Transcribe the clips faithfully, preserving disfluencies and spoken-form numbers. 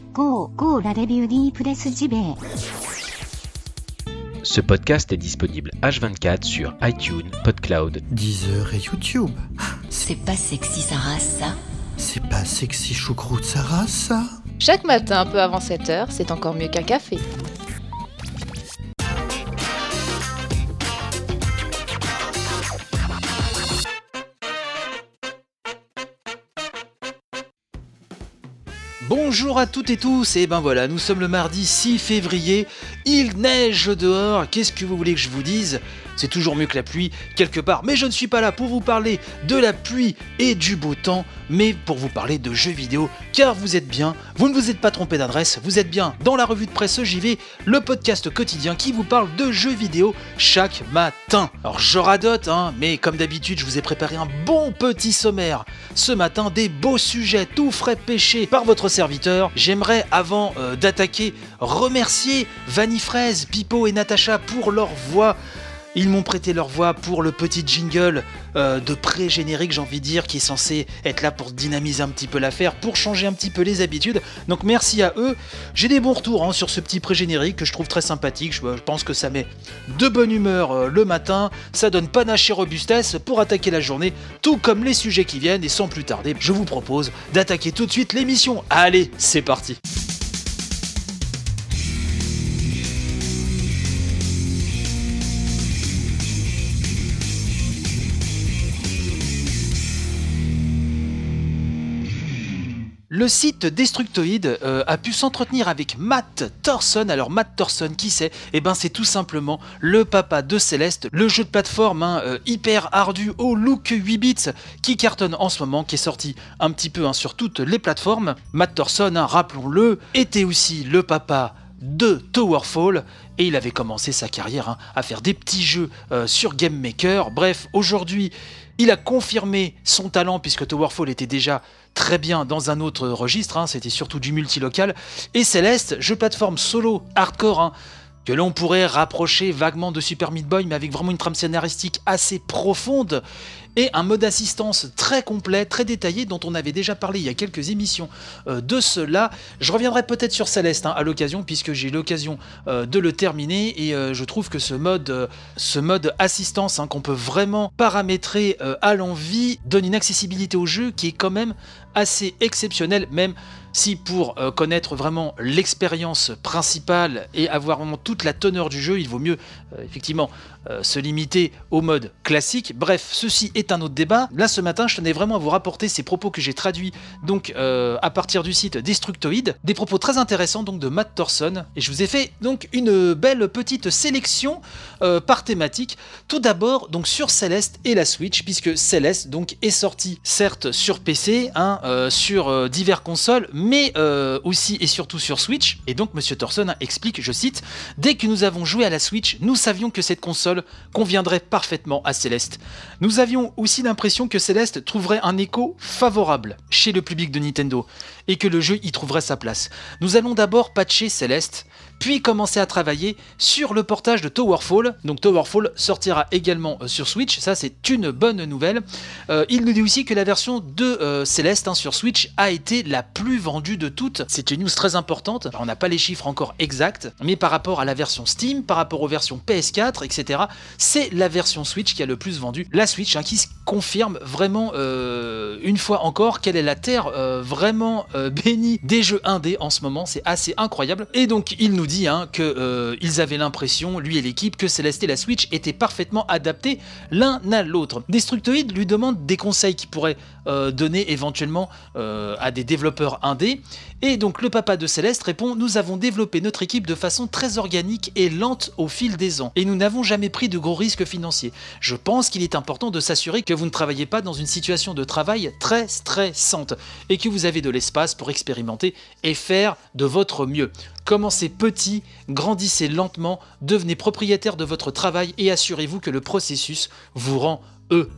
Go, go la review di Presse J B. Ce podcast est disponible H vingt-quatre sur iTunes, PodCloud, Deezer et YouTube. C'est pas sexy sa race, ça. C'est pas sexy choucroute sa race, ça. Chaque matin, un peu avant sept heures, c'est encore mieux qu'un café. Bonjour à toutes et tous, et ben voilà, nous sommes le mardi six février, il neige dehors, qu'est-ce que vous voulez que je vous dise ? C'est toujours mieux que la pluie, quelque part, mais je ne suis pas là pour vous parler de la pluie et du beau temps, mais pour vous parler de jeux vidéo, car vous êtes bien, vous ne vous êtes pas trompé d'adresse, vous êtes bien dans la revue de presse J V, le podcast quotidien qui vous parle de jeux vidéo chaque matin. Alors je radote, hein, mais comme d'habitude, je vous ai préparé un bon petit sommaire. Ce matin, des beaux sujets tout frais pêchés par votre serviteur. J'aimerais, avant euh, d'attaquer, remercier Vanifraise, Pipo et Natacha pour leur voix. Ils m'ont prêté leur voix pour le petit jingle euh, de pré-générique, j'ai envie de dire, qui est censé être là pour dynamiser un petit peu l'affaire, pour changer un petit peu les habitudes. Donc merci à eux. J'ai des bons retours hein, sur ce petit pré-générique que je trouve très sympathique. Je, je pense que ça met de bonne humeur euh, le matin. Ça donne panache et robustesse pour attaquer la journée, tout comme les sujets qui viennent. Et sans plus tarder, je vous propose d'attaquer tout de suite l'émission. Allez, c'est parti. Le site Destructoid euh, a pu s'entretenir avec Matt Thorson. Alors Matt Thorson, qui c'est ? Eh ben c'est tout simplement le papa de Celeste, le jeu de plateforme hein, euh, hyper ardu au look huit bits qui cartonne en ce moment, qui est sorti un petit peu hein, sur toutes les plateformes. Matt Thorson, hein, rappelons-le, était aussi le papa de Towerfall et il avait commencé sa carrière hein, à faire des petits jeux euh, sur Game Maker. Bref, aujourd'hui, il a confirmé son talent puisque Towerfall était déjà très bien dans un autre registre, hein, c'était surtout du multilocal. Et Celeste, jeu plateforme solo hardcore, hein, que l'on pourrait rapprocher vaguement de Super Meat Boy, mais avec vraiment une trame scénaristique assez profonde et un mode assistance très complet, très détaillé, dont on avait déjà parlé il y a quelques émissions euh, de cela. Je reviendrai peut-être sur Celeste hein, à l'occasion, puisque j'ai eu l'occasion euh, de le terminer, et euh, je trouve que ce mode, euh, ce mode assistance hein, qu'on peut vraiment paramétrer euh, à l'envie donne une accessibilité au jeu qui est quand même assez exceptionnelle, même si pour euh, connaître vraiment l'expérience principale et avoir vraiment toute la teneur du jeu, il vaut mieux euh, effectivement euh, se limiter au mode classique. Bref, ceci est un autre débat. Là ce matin, je tenais vraiment à vous rapporter ces propos que j'ai traduits donc euh, à partir du site Destructoid, des propos très intéressants donc de Matt Thorson, et je vous ai fait donc une belle petite sélection euh, par thématique. Tout d'abord donc sur Celeste et la Switch, puisque Celeste donc est sorti certes sur P C, hein, euh, sur euh, divers consoles, mais euh, aussi et surtout sur Switch. Et donc Monsieur Thorson hein, explique, je cite, « Dès que nous avons joué à la Switch, nous savions que cette console conviendrait parfaitement à Celeste. Nous avions aussi l'impression que Celeste trouverait un écho favorable chez le public de Nintendo et que le jeu y trouverait sa place. Nous allons d'abord patcher Celeste, puis commencer à travailler sur le portage de Towerfall. Donc Towerfall sortira également euh, sur Switch, ça c'est une bonne nouvelle. Euh, il nous dit aussi que la version de euh, Celeste hein, sur Switch a été la plus vendue de toutes. C'est une news très importante. Alors, on n'a pas les chiffres encore exacts, mais par rapport à la version Steam, par rapport aux versions P S quatre, et cetera, c'est la version Switch qui a le plus vendu. La Switch hein, qui se confirme vraiment euh, une fois encore qu'elle est la terre euh, vraiment euh, bénie des jeux indés en ce moment. C'est assez incroyable. Et donc il nous dit hein, que euh, ils avaient l'impression, lui et l'équipe, que Celeste et la Switch étaient parfaitement adaptés l'un à l'autre. Destructoid lui demande des conseils qu'il pourrait euh, donner éventuellement euh, à des développeurs indés. Et donc le papa de Celeste répond « Nous avons développé notre équipe de façon très organique et lente au fil des ans, et nous n'avons jamais pris de gros risques financiers. Je pense qu'il est important de s'assurer que vous ne travaillez pas dans une situation de travail très stressante, et que vous avez de l'espace pour expérimenter et faire de votre mieux. Commencez petit, grandissez lentement, devenez propriétaire de votre travail et assurez-vous que le processus vous rend heureux. »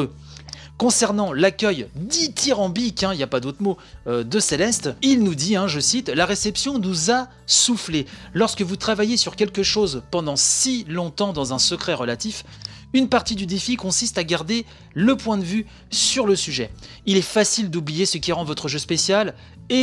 Concernant l'accueil dithyrambique, il n'y a pas d'autre mot, euh, de Celeste, il nous dit, hein, je cite, « La réception nous a soufflé. Lorsque vous travaillez sur quelque chose pendant si longtemps dans un secret relatif, une partie du défi consiste à garder le point de vue sur le sujet. Il est facile d'oublier ce qui rend votre jeu spécial et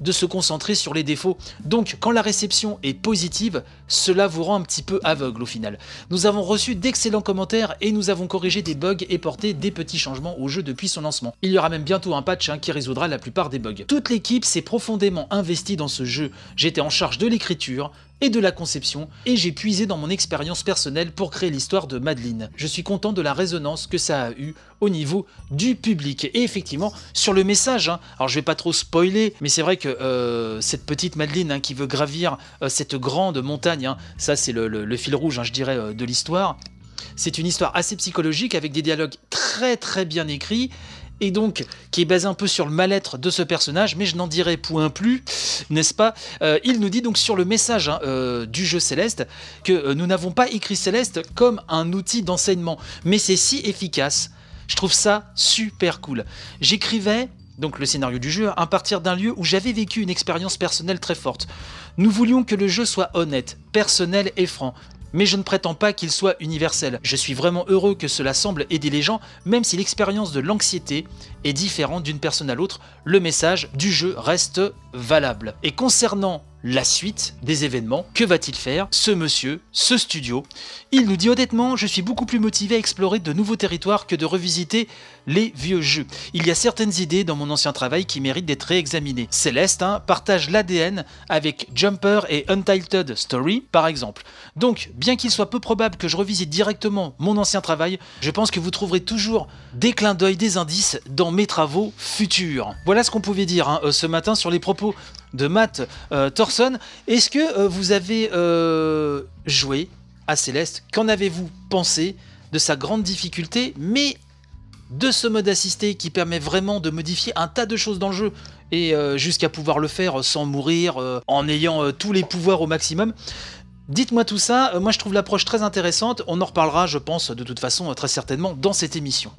de se concentrer sur les défauts. Donc quand la réception est positive, cela vous rend un petit peu aveugle au final. Nous avons reçu d'excellents commentaires et nous avons corrigé des bugs et porté des petits changements au jeu depuis son lancement. Il y aura même bientôt un patch hein, qui résoudra la plupart des bugs. Toute l'équipe s'est profondément investie dans ce jeu. J'étais en charge de l'écriture et de la conception, et j'ai puisé dans mon expérience personnelle pour créer l'histoire de Madeline. Je suis content de la résonance que ça a eu au niveau du public. Et effectivement, sur le message, hein, alors je vais pas trop spoiler, mais c'est vrai que euh, cette petite Madeline hein, qui veut gravir euh, cette grande montagne, hein, ça c'est le, le, le fil rouge, hein, je dirais, euh, de l'histoire. C'est une histoire assez psychologique avec des dialogues très très bien écrits, et donc qui est basé un peu sur le mal-être de ce personnage, mais je n'en dirai point plus, n'est-ce pas? euh, Il nous dit donc sur le message hein, euh, du jeu Céleste que euh, nous n'avons pas écrit Céleste comme un outil d'enseignement, mais c'est si efficace, je trouve ça super cool. J'écrivais donc le scénario du jeu à partir d'un lieu où j'avais vécu une expérience personnelle très forte. Nous voulions que le jeu soit honnête, personnel et franc. Mais je ne prétends pas qu'il soit universel. Je suis vraiment heureux que cela semble aider les gens, même si l'expérience de l'anxiété est différente d'une personne à l'autre, le message du jeu reste valable. Et concernant la suite des événements, que va-t-il faire, ce monsieur, ce studio? Il nous dit honnêtement, je suis beaucoup plus motivé à explorer de nouveaux territoires que de revisiter les vieux jeux. Il y a certaines idées dans mon ancien travail qui méritent d'être réexaminées. Céleste hein, partage l'A D N avec Jumper et Untitled Story par exemple. Donc, bien qu'il soit peu probable que je revisite directement mon ancien travail, je pense que vous trouverez toujours des clins d'œil, des indices dans mes travaux futurs. Voilà ce qu'on pouvait dire hein, ce matin sur les propos de Matt euh, Thorson. Est-ce que euh, vous avez euh, joué à Céleste? Qu'en avez-vous pensé de sa grande difficulté, mais de ce mode assisté qui permet vraiment de modifier un tas de choses dans le jeu et euh, jusqu'à pouvoir le faire sans mourir, euh, en ayant euh, tous les pouvoirs au maximum? Dites-moi tout ça, euh, moi je trouve l'approche très intéressante, on en reparlera je pense de toute façon euh, très certainement dans cette émission.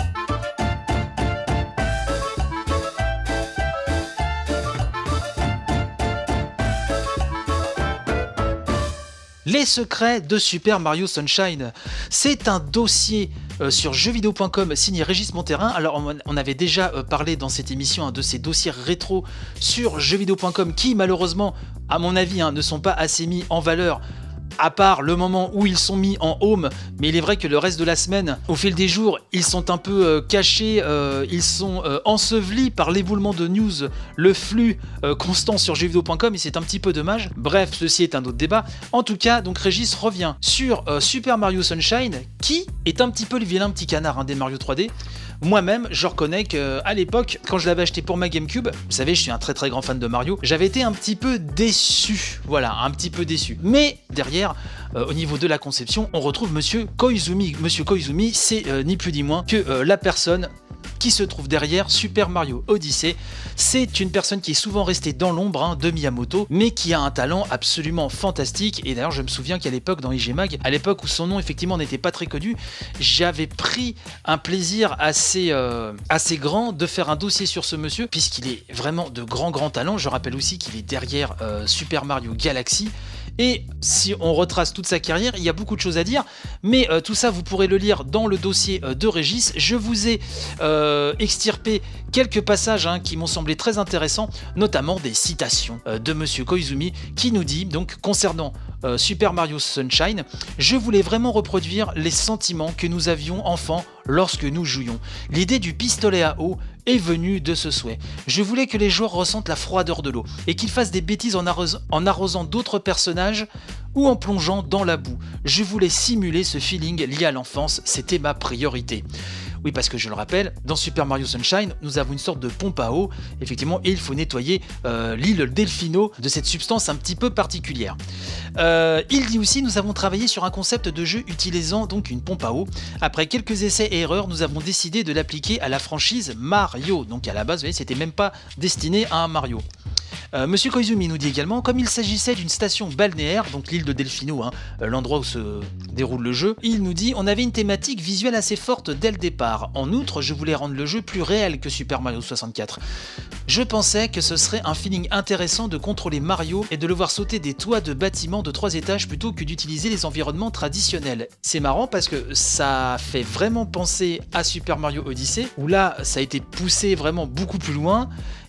Les secrets de Super Mario Sunshine, c'est un dossier euh, sur jeux vidéo point com signé Régis Monterrain. Alors on, on avait déjà euh, parlé dans cette émission hein, de ces dossiers rétro sur jeux vidéo point com qui malheureusement, à mon avis, hein, ne sont pas assez mis en valeur, à part le moment où ils sont mis en home, mais il est vrai que le reste de la semaine, au fil des jours, ils sont un peu euh, cachés, euh, ils sont euh, ensevelis par l'éboulement de news, le flux euh, constant sur jeux vidéo point com et c'est un petit peu dommage. Bref, ceci est un autre débat. En tout cas, donc Régis revient sur euh, Super Mario Sunshine, qui est un petit peu le vilain petit canard hein, des Mario trois D. Moi-même, je reconnais qu'à l'époque, quand je l'avais acheté pour ma GameCube, vous savez, je suis un très très grand fan de Mario, j'avais été un petit peu déçu. Voilà, un petit peu déçu. Mais derrière, euh, au niveau de la conception, on retrouve Monsieur Koizumi. Monsieur Koizumi, c'est euh, ni plus ni moins que euh, la personne qui se trouve derrière Super Mario Odyssey. C'est une personne qui est souvent restée dans l'ombre hein, de Miyamoto, mais qui a un talent absolument fantastique. Et d'ailleurs, je me souviens qu'à l'époque, dans I G Mag, à l'époque où son nom effectivement n'était pas très connu, j'avais pris un plaisir assez, euh, assez grand de faire un dossier sur ce monsieur, puisqu'il est vraiment de grand grand talent. Je rappelle aussi qu'il est derrière euh, Super Mario Galaxy. Et si on retrace toute sa carrière, il y a beaucoup de choses à dire, mais euh, tout ça vous pourrez le lire dans le dossier euh, de Régis. Je vous ai euh, extirpé quelques passages hein, qui m'ont semblé très intéressants, notamment des citations euh, de Monsieur Koizumi qui nous dit, donc concernant euh, Super Mario Sunshine, je voulais vraiment reproduire les sentiments que nous avions enfants lorsque nous jouions. L'idée du pistolet à eau est venue de ce souhait. Je voulais que les joueurs ressentent la froideur de l'eau et qu'ils fassent des bêtises en, arros- en arrosant d'autres personnages ou en plongeant dans la boue. Je voulais simuler ce feeling lié à l'enfance, c'était ma priorité. Oui, parce que je le rappelle, dans Super Mario Sunshine, nous avons une sorte de pompe à eau, effectivement, et il faut nettoyer euh, l'île Delfino de cette substance un petit peu particulière. Euh, il dit aussi, nous avons travaillé sur un concept de jeu utilisant donc une pompe à eau. Après quelques essais et erreurs, nous avons décidé de l'appliquer à la franchise Mario. Donc à la base, vous voyez, c'était même pas destiné à un Mario. Euh, Monsieur Koizumi nous dit également, comme il s'agissait d'une station balnéaire, donc l'île de Delfino, hein, l'endroit où se déroule le jeu, il nous dit, on avait une thématique visuelle assez forte dès le départ. En outre, je voulais rendre le jeu plus réel que Super Mario soixante-quatre. Je pensais que ce serait un feeling intéressant de contrôler Mario et de le voir sauter des toits de bâtiments de trois étages plutôt que d'utiliser les environnements traditionnels. C'est marrant parce que ça fait vraiment penser à Super Mario Odyssey, où là, ça a été poussé vraiment beaucoup plus loin.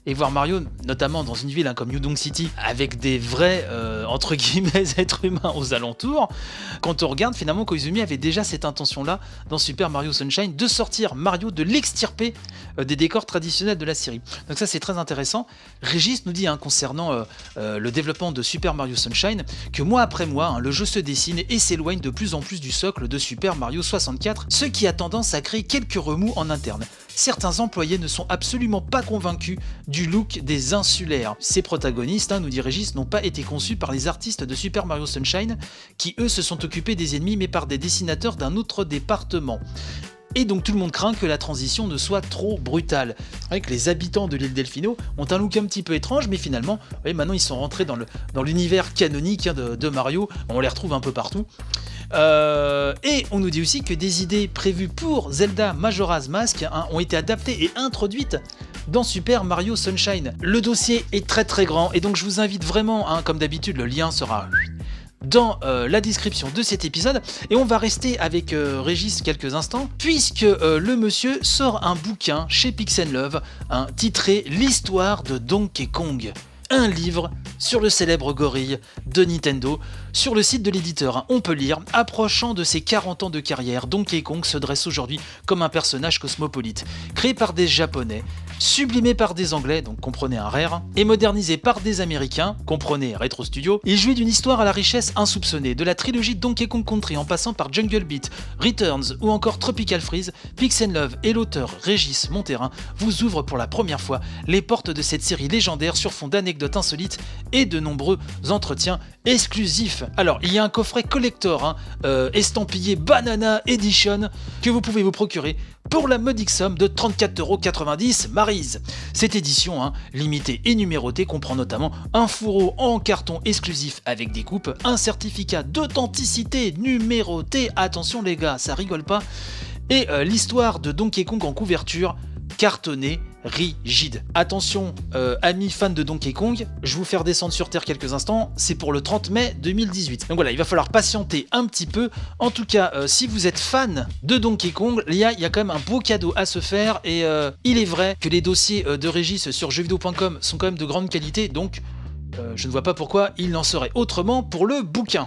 et voir Mario, notamment dans une ville hein, comme New Donk City, avec des vrais, euh, entre guillemets, êtres humains aux alentours, quand on regarde, finalement, Koizumi avait déjà cette intention-là, dans Super Mario Sunshine, de sortir Mario, de l'extirper euh, des décors traditionnels de la série. Donc ça, c'est très intéressant. Régis nous dit, hein, concernant euh, euh, le développement de Super Mario Sunshine, que mois après mois, hein, le jeu se dessine et s'éloigne de plus en plus du socle de Super Mario soixante-quatre, ce qui a tendance à créer quelques remous en interne. Certains employés ne sont absolument pas convaincus du look des insulaires. Ces protagonistes, hein, nous dit Régis, n'ont pas été conçus par les artistes de Super Mario Sunshine, qui eux se sont occupés des ennemis, mais par des dessinateurs d'un autre département. Et donc tout le monde craint que la transition ne soit trop brutale. Avec les habitants de l'île Delfino ont un look un petit peu étrange, mais finalement, vous voyez, maintenant ils sont rentrés dans, le, dans l'univers canonique hein, de, de Mario, on les retrouve un peu partout. Euh, et on nous dit aussi que des idées prévues pour Zelda Majora's Mask hein, ont été adaptées et introduites dans Super Mario Sunshine. Le dossier est très très grand, et donc je vous invite vraiment, hein, comme d'habitude, le lien sera dans euh, la description de cet épisode, et on va rester avec euh, Régis quelques instants, puisque euh, le monsieur sort un bouquin chez Pixel Love, hein, titré L'histoire de Donkey Kong. Un livre sur le célèbre gorille de Nintendo. Sur le site de l'éditeur, hein, on peut lire « Approchant de ses quarante ans de carrière, Donkey Kong se dresse aujourd'hui comme un personnage cosmopolite, créé par des Japonais, sublimé par des Anglais, donc comprenez un Rare, et modernisé par des Américains, comprenez Retro Studio. Il jouit d'une histoire à la richesse insoupçonnée, de la trilogie de Donkey Kong Country en passant par Jungle Beat, Returns ou encore Tropical Freeze. Pixel Love et l'auteur Régis Monterrain vous ouvrent pour la première fois les portes de cette série légendaire sur fond d'anecdotes insolites et de nombreux entretiens exclusifs. Alors, il y a un coffret collector hein, euh, estampillé Banana Edition que vous pouvez vous procurer pour la modique somme de trente-quatre euros quatre-vingt-dix Maryse. Cette édition, hein, limitée et numérotée, comprend notamment un fourreau en carton exclusif avec des coupes, un certificat d'authenticité numéroté, attention les gars, ça rigole pas, et euh, l'histoire de Donkey Kong en couverture cartonné rigide. Attention, euh, amis fans de Donkey Kong, je vous faire descendre sur Terre quelques instants, c'est pour le trente mai deux mille dix-huit. Donc voilà, il va falloir patienter un petit peu. En tout cas, euh, si vous êtes fan de Donkey Kong, il y a, il y a quand même un beau cadeau à se faire, et euh, il est vrai que les dossiers euh, de Régis sur jeux vidéo point com sont quand même de grande qualité, donc euh, je ne vois pas pourquoi il n'en serait autrement pour le bouquin.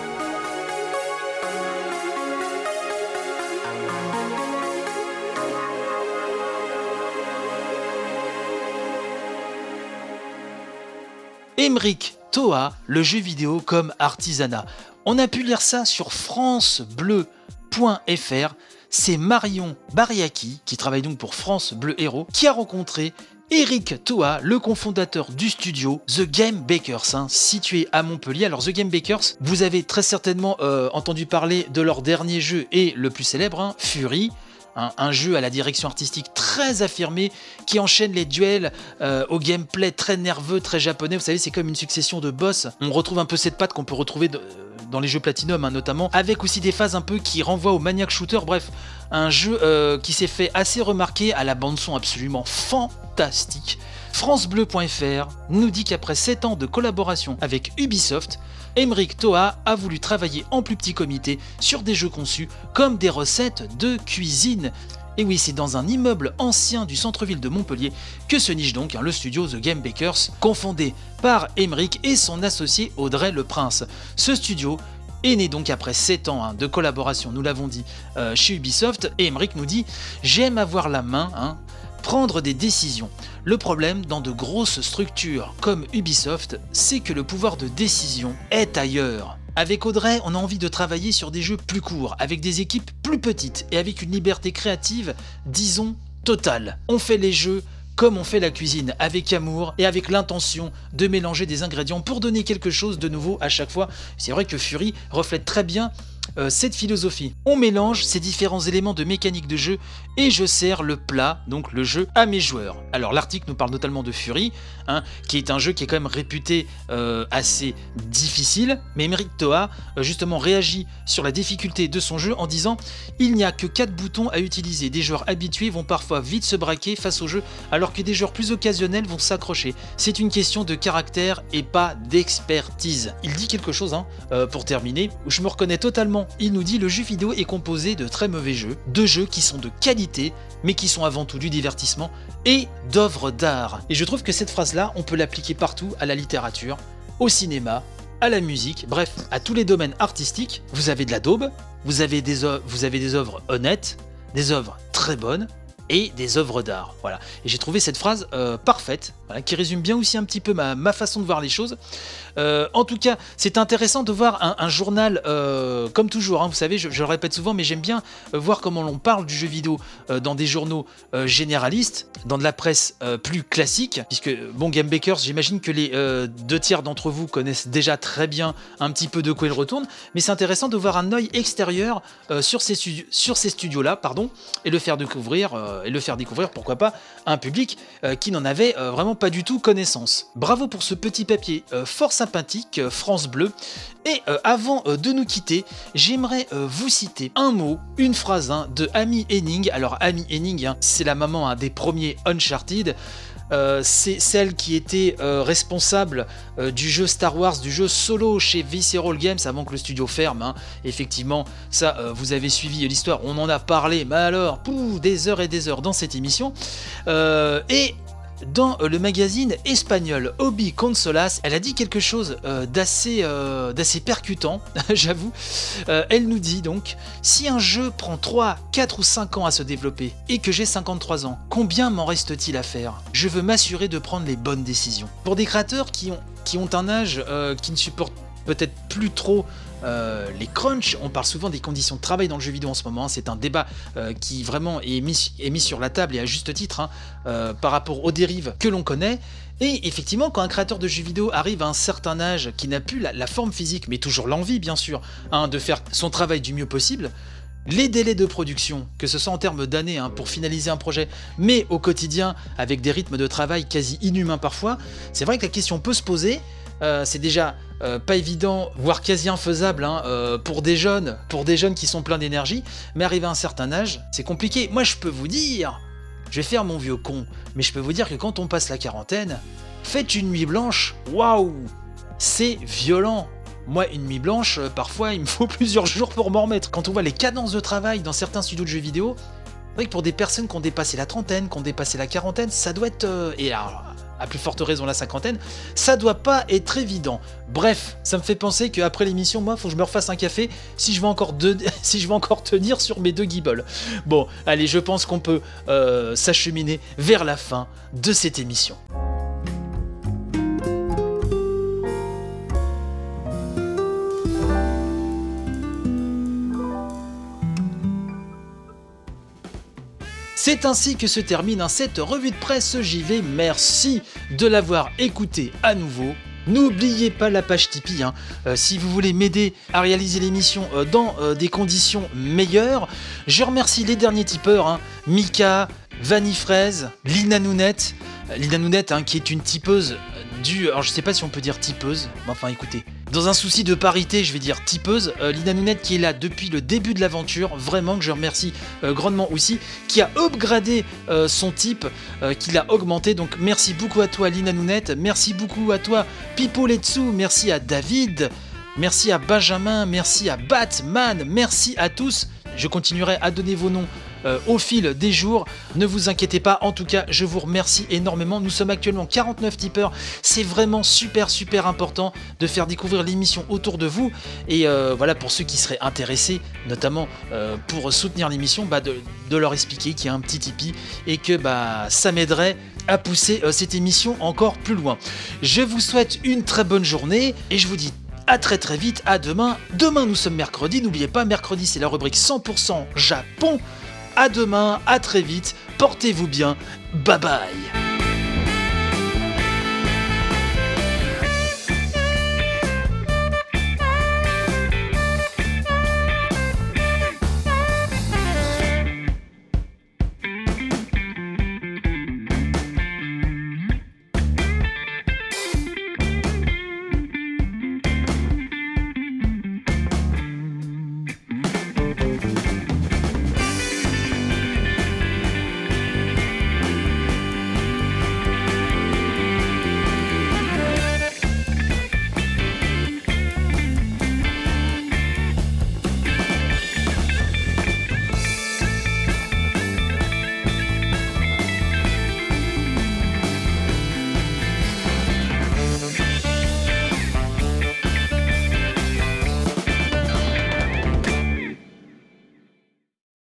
Emeric Thoa, le jeu vidéo comme artisanat. On a pu lire ça sur france bleu point f r. C'est Marion Bariaki, qui travaille donc pour France Bleu Héros, qui a rencontré Eric Thoa, le cofondateur du studio The Game Bakers, hein, situé à Montpellier. Alors The Game Bakers, vous avez très certainement euh, entendu parler de leur dernier jeu et le plus célèbre, hein, Fury. Un, un jeu à la direction artistique très affirmée qui enchaîne les duels euh, au gameplay très nerveux, très japonais. Vous savez, c'est comme une succession de boss. On retrouve un peu cette patte qu'on peut retrouver de, dans les jeux Platinum, hein, notamment, avec aussi des phases un peu qui renvoient au Maniac Shooter. Bref, un jeu euh, qui s'est fait assez remarquer à la bande-son absolument fantastique. France Bleu point f r nous dit qu'après sept ans de collaboration avec Ubisoft, Emeric Thoa a voulu travailler en plus petit comité sur des jeux conçus comme des recettes de cuisine. Et oui, c'est dans un immeuble ancien du centre-ville de Montpellier que se niche donc hein, le studio The Game Bakers, cofondé par Emeric et son associé Audrey Le Prince. Ce studio est né donc après sept ans hein, de collaboration, nous l'avons dit, euh, chez Ubisoft, et Emeric nous dit « J'aime avoir la main, hein, prendre des décisions. Le problème dans de grosses structures comme Ubisoft, c'est que le pouvoir de décision est ailleurs. Avec Audrey, on a envie de travailler sur des jeux plus courts, avec des équipes plus petites et avec une liberté créative, disons, totale. On fait les jeux comme on fait la cuisine, avec amour et avec l'intention de mélanger des ingrédients pour donner quelque chose de nouveau à chaque fois. C'est vrai que Fury reflète très bien Euh, cette philosophie. On mélange ces différents éléments de mécanique de jeu et je sers le plat, donc le jeu, à mes joueurs. Alors l'article nous parle notamment de Fury, hein, qui est un jeu qui est quand même réputé euh, assez difficile, mais Emeric Thoa euh, justement réagit sur la difficulté de son jeu en disant « Il n'y a que quatre boutons à utiliser, des joueurs habitués vont parfois vite se braquer face au jeu, alors que des joueurs plus occasionnels vont s'accrocher. C'est une question de caractère et pas d'expertise. » Il dit quelque chose, hein, euh, pour terminer, où je me reconnais totalement Globalement, il nous dit le jeu vidéo est composé de très mauvais jeux, de jeux qui sont de qualité, mais qui sont avant tout du divertissement, et d'œuvres d'art. Et je trouve que cette phrase-là, on peut l'appliquer partout, à la littérature, au cinéma, à la musique, bref, à tous les domaines artistiques. Vous avez de la daube, vous avez des œuvres, vous avez des œuvres honnêtes, des œuvres très bonnes, et des œuvres d'art. Voilà. Et j'ai trouvé cette phrase euh, parfaite, voilà, qui résume bien aussi un petit peu ma, ma façon de voir les choses. Euh, en tout cas, c'est intéressant de voir un, un journal, euh, comme toujours, hein, vous savez, je, je le répète souvent, mais j'aime bien euh, voir comment l'on parle du jeu vidéo euh, dans des journaux euh, généralistes, dans de la presse euh, plus classique, puisque, bon, Game Bakers, j'imagine que les euh, deux tiers d'entre vous connaissent déjà très bien un petit peu de quoi il retourne, mais c'est intéressant de voir un œil extérieur euh, sur ces, studi- sur ces studios-là, pardon, et le faire découvrir, euh, et le faire découvrir, pourquoi pas, à un public euh, qui n'en avait euh, vraiment pas du tout connaissance. Bravo pour ce petit papier euh, fort sympathique, euh, France Bleu. Et euh, avant euh, de nous quitter, j'aimerais euh, vous citer un mot, une phrase hein, de Amy Hennig. Alors Amy Hennig, hein, c'est la maman hein, des premiers Uncharted. Euh, c'est celle qui était euh, responsable euh, du jeu Star Wars, du jeu Solo chez Visceral Games avant que le studio ferme. Hein. Effectivement, ça, euh, vous avez suivi l'histoire, on en a parlé, mais alors, pouf, des heures et des heures dans cette émission. Euh, et dans le magazine espagnol Hobby Consolas, elle a dit quelque chose euh, d'assez, euh, d'assez percutant, j'avoue. Euh, elle nous dit donc, si un jeu prend trois, quatre ou cinq ans à se développer et que j'ai cinquante-trois ans, combien m'en reste-t-il à faire ? Je veux m'assurer de prendre les bonnes décisions. Pour des créateurs qui ont, qui ont un âge euh, qui ne supporte peut-être plus trop Euh, les crunchs, on parle souvent des conditions de travail dans le jeu vidéo en ce moment, c'est un débat euh, qui vraiment est mis, est mis sur la table et à juste titre hein, euh, par rapport aux dérives que l'on connaît. Et effectivement, quand un créateur de jeux vidéo arrive à un certain âge, qui n'a plus la, la forme physique, mais toujours l'envie bien sûr, hein, de faire son travail du mieux possible, les délais de production, que ce soit en termes d'années hein, pour finaliser un projet, mais au quotidien avec des rythmes de travail quasi inhumains parfois, c'est vrai que la question peut se poser. Euh, c'est déjà euh, pas évident, voire quasi infaisable hein, euh, pour des jeunes, pour des jeunes qui sont pleins d'énergie, mais arrivé à un certain âge, c'est compliqué. Moi, je peux vous dire, je vais faire mon vieux con, mais je peux vous dire que quand on passe la quarantaine, faites une nuit blanche, waouh, c'est violent. Moi, une nuit blanche, euh, parfois, il me faut plusieurs jours pour m'en remettre. Quand on voit les cadences de travail dans certains studios de jeux vidéo, c'est vrai que pour des personnes qui ont dépassé la trentaine, qui ont dépassé la quarantaine, ça doit être... Euh, et alors, à plus forte raison la cinquantaine, ça doit pas être évident. Bref, ça me fait penser qu'après l'émission, moi, faut que je me refasse un café si je veux encore, deux, si je veux encore tenir sur mes deux guibolles. Bon, allez, je pense qu'on peut euh, s'acheminer vers la fin de cette émission. C'est ainsi que se termine cette revue de presse J V. Merci de l'avoir écouté à nouveau. N'oubliez pas la page Tipeee, hein. euh, si vous voulez m'aider à réaliser l'émission euh, dans euh, des conditions meilleures. Je remercie les derniers tipeurs, hein. Mika, Vanifraise, Lina Nounette. Euh, Lina Nounette, hein, qui est une tipeuse du... Alors je sais pas si on peut dire tipeuse, mais enfin écoutez. Dans un souci de parité, je vais dire tipeuse, euh, Lina Nounette qui est là depuis le début de l'aventure, vraiment que je remercie euh, grandement aussi, qui a upgradé euh, son type, euh, qui l'a augmenté, donc merci beaucoup à toi Lina Nounette, merci beaucoup à toi Pipo Letsu, merci à David, merci à Benjamin, merci à Batman, merci à tous, je continuerai à donner vos noms Euh, au fil des jours, ne vous inquiétez pas, en tout cas je vous remercie énormément. Nous sommes actuellement quarante-neuf tipeurs, c'est vraiment super super important de faire découvrir l'émission autour de vous et euh, voilà, pour ceux qui seraient intéressés, notamment euh, pour soutenir l'émission, bah, de, de leur expliquer qu'il y a un petit Tipeee et que bah, ça m'aiderait à pousser euh, cette émission encore plus loin. Je vous souhaite une très bonne journée et je vous dis à très très vite, à demain. Demain nous sommes mercredi, n'oubliez pas, mercredi c'est la rubrique cent pour cent Japon. À demain, à très vite, portez-vous bien, bye bye.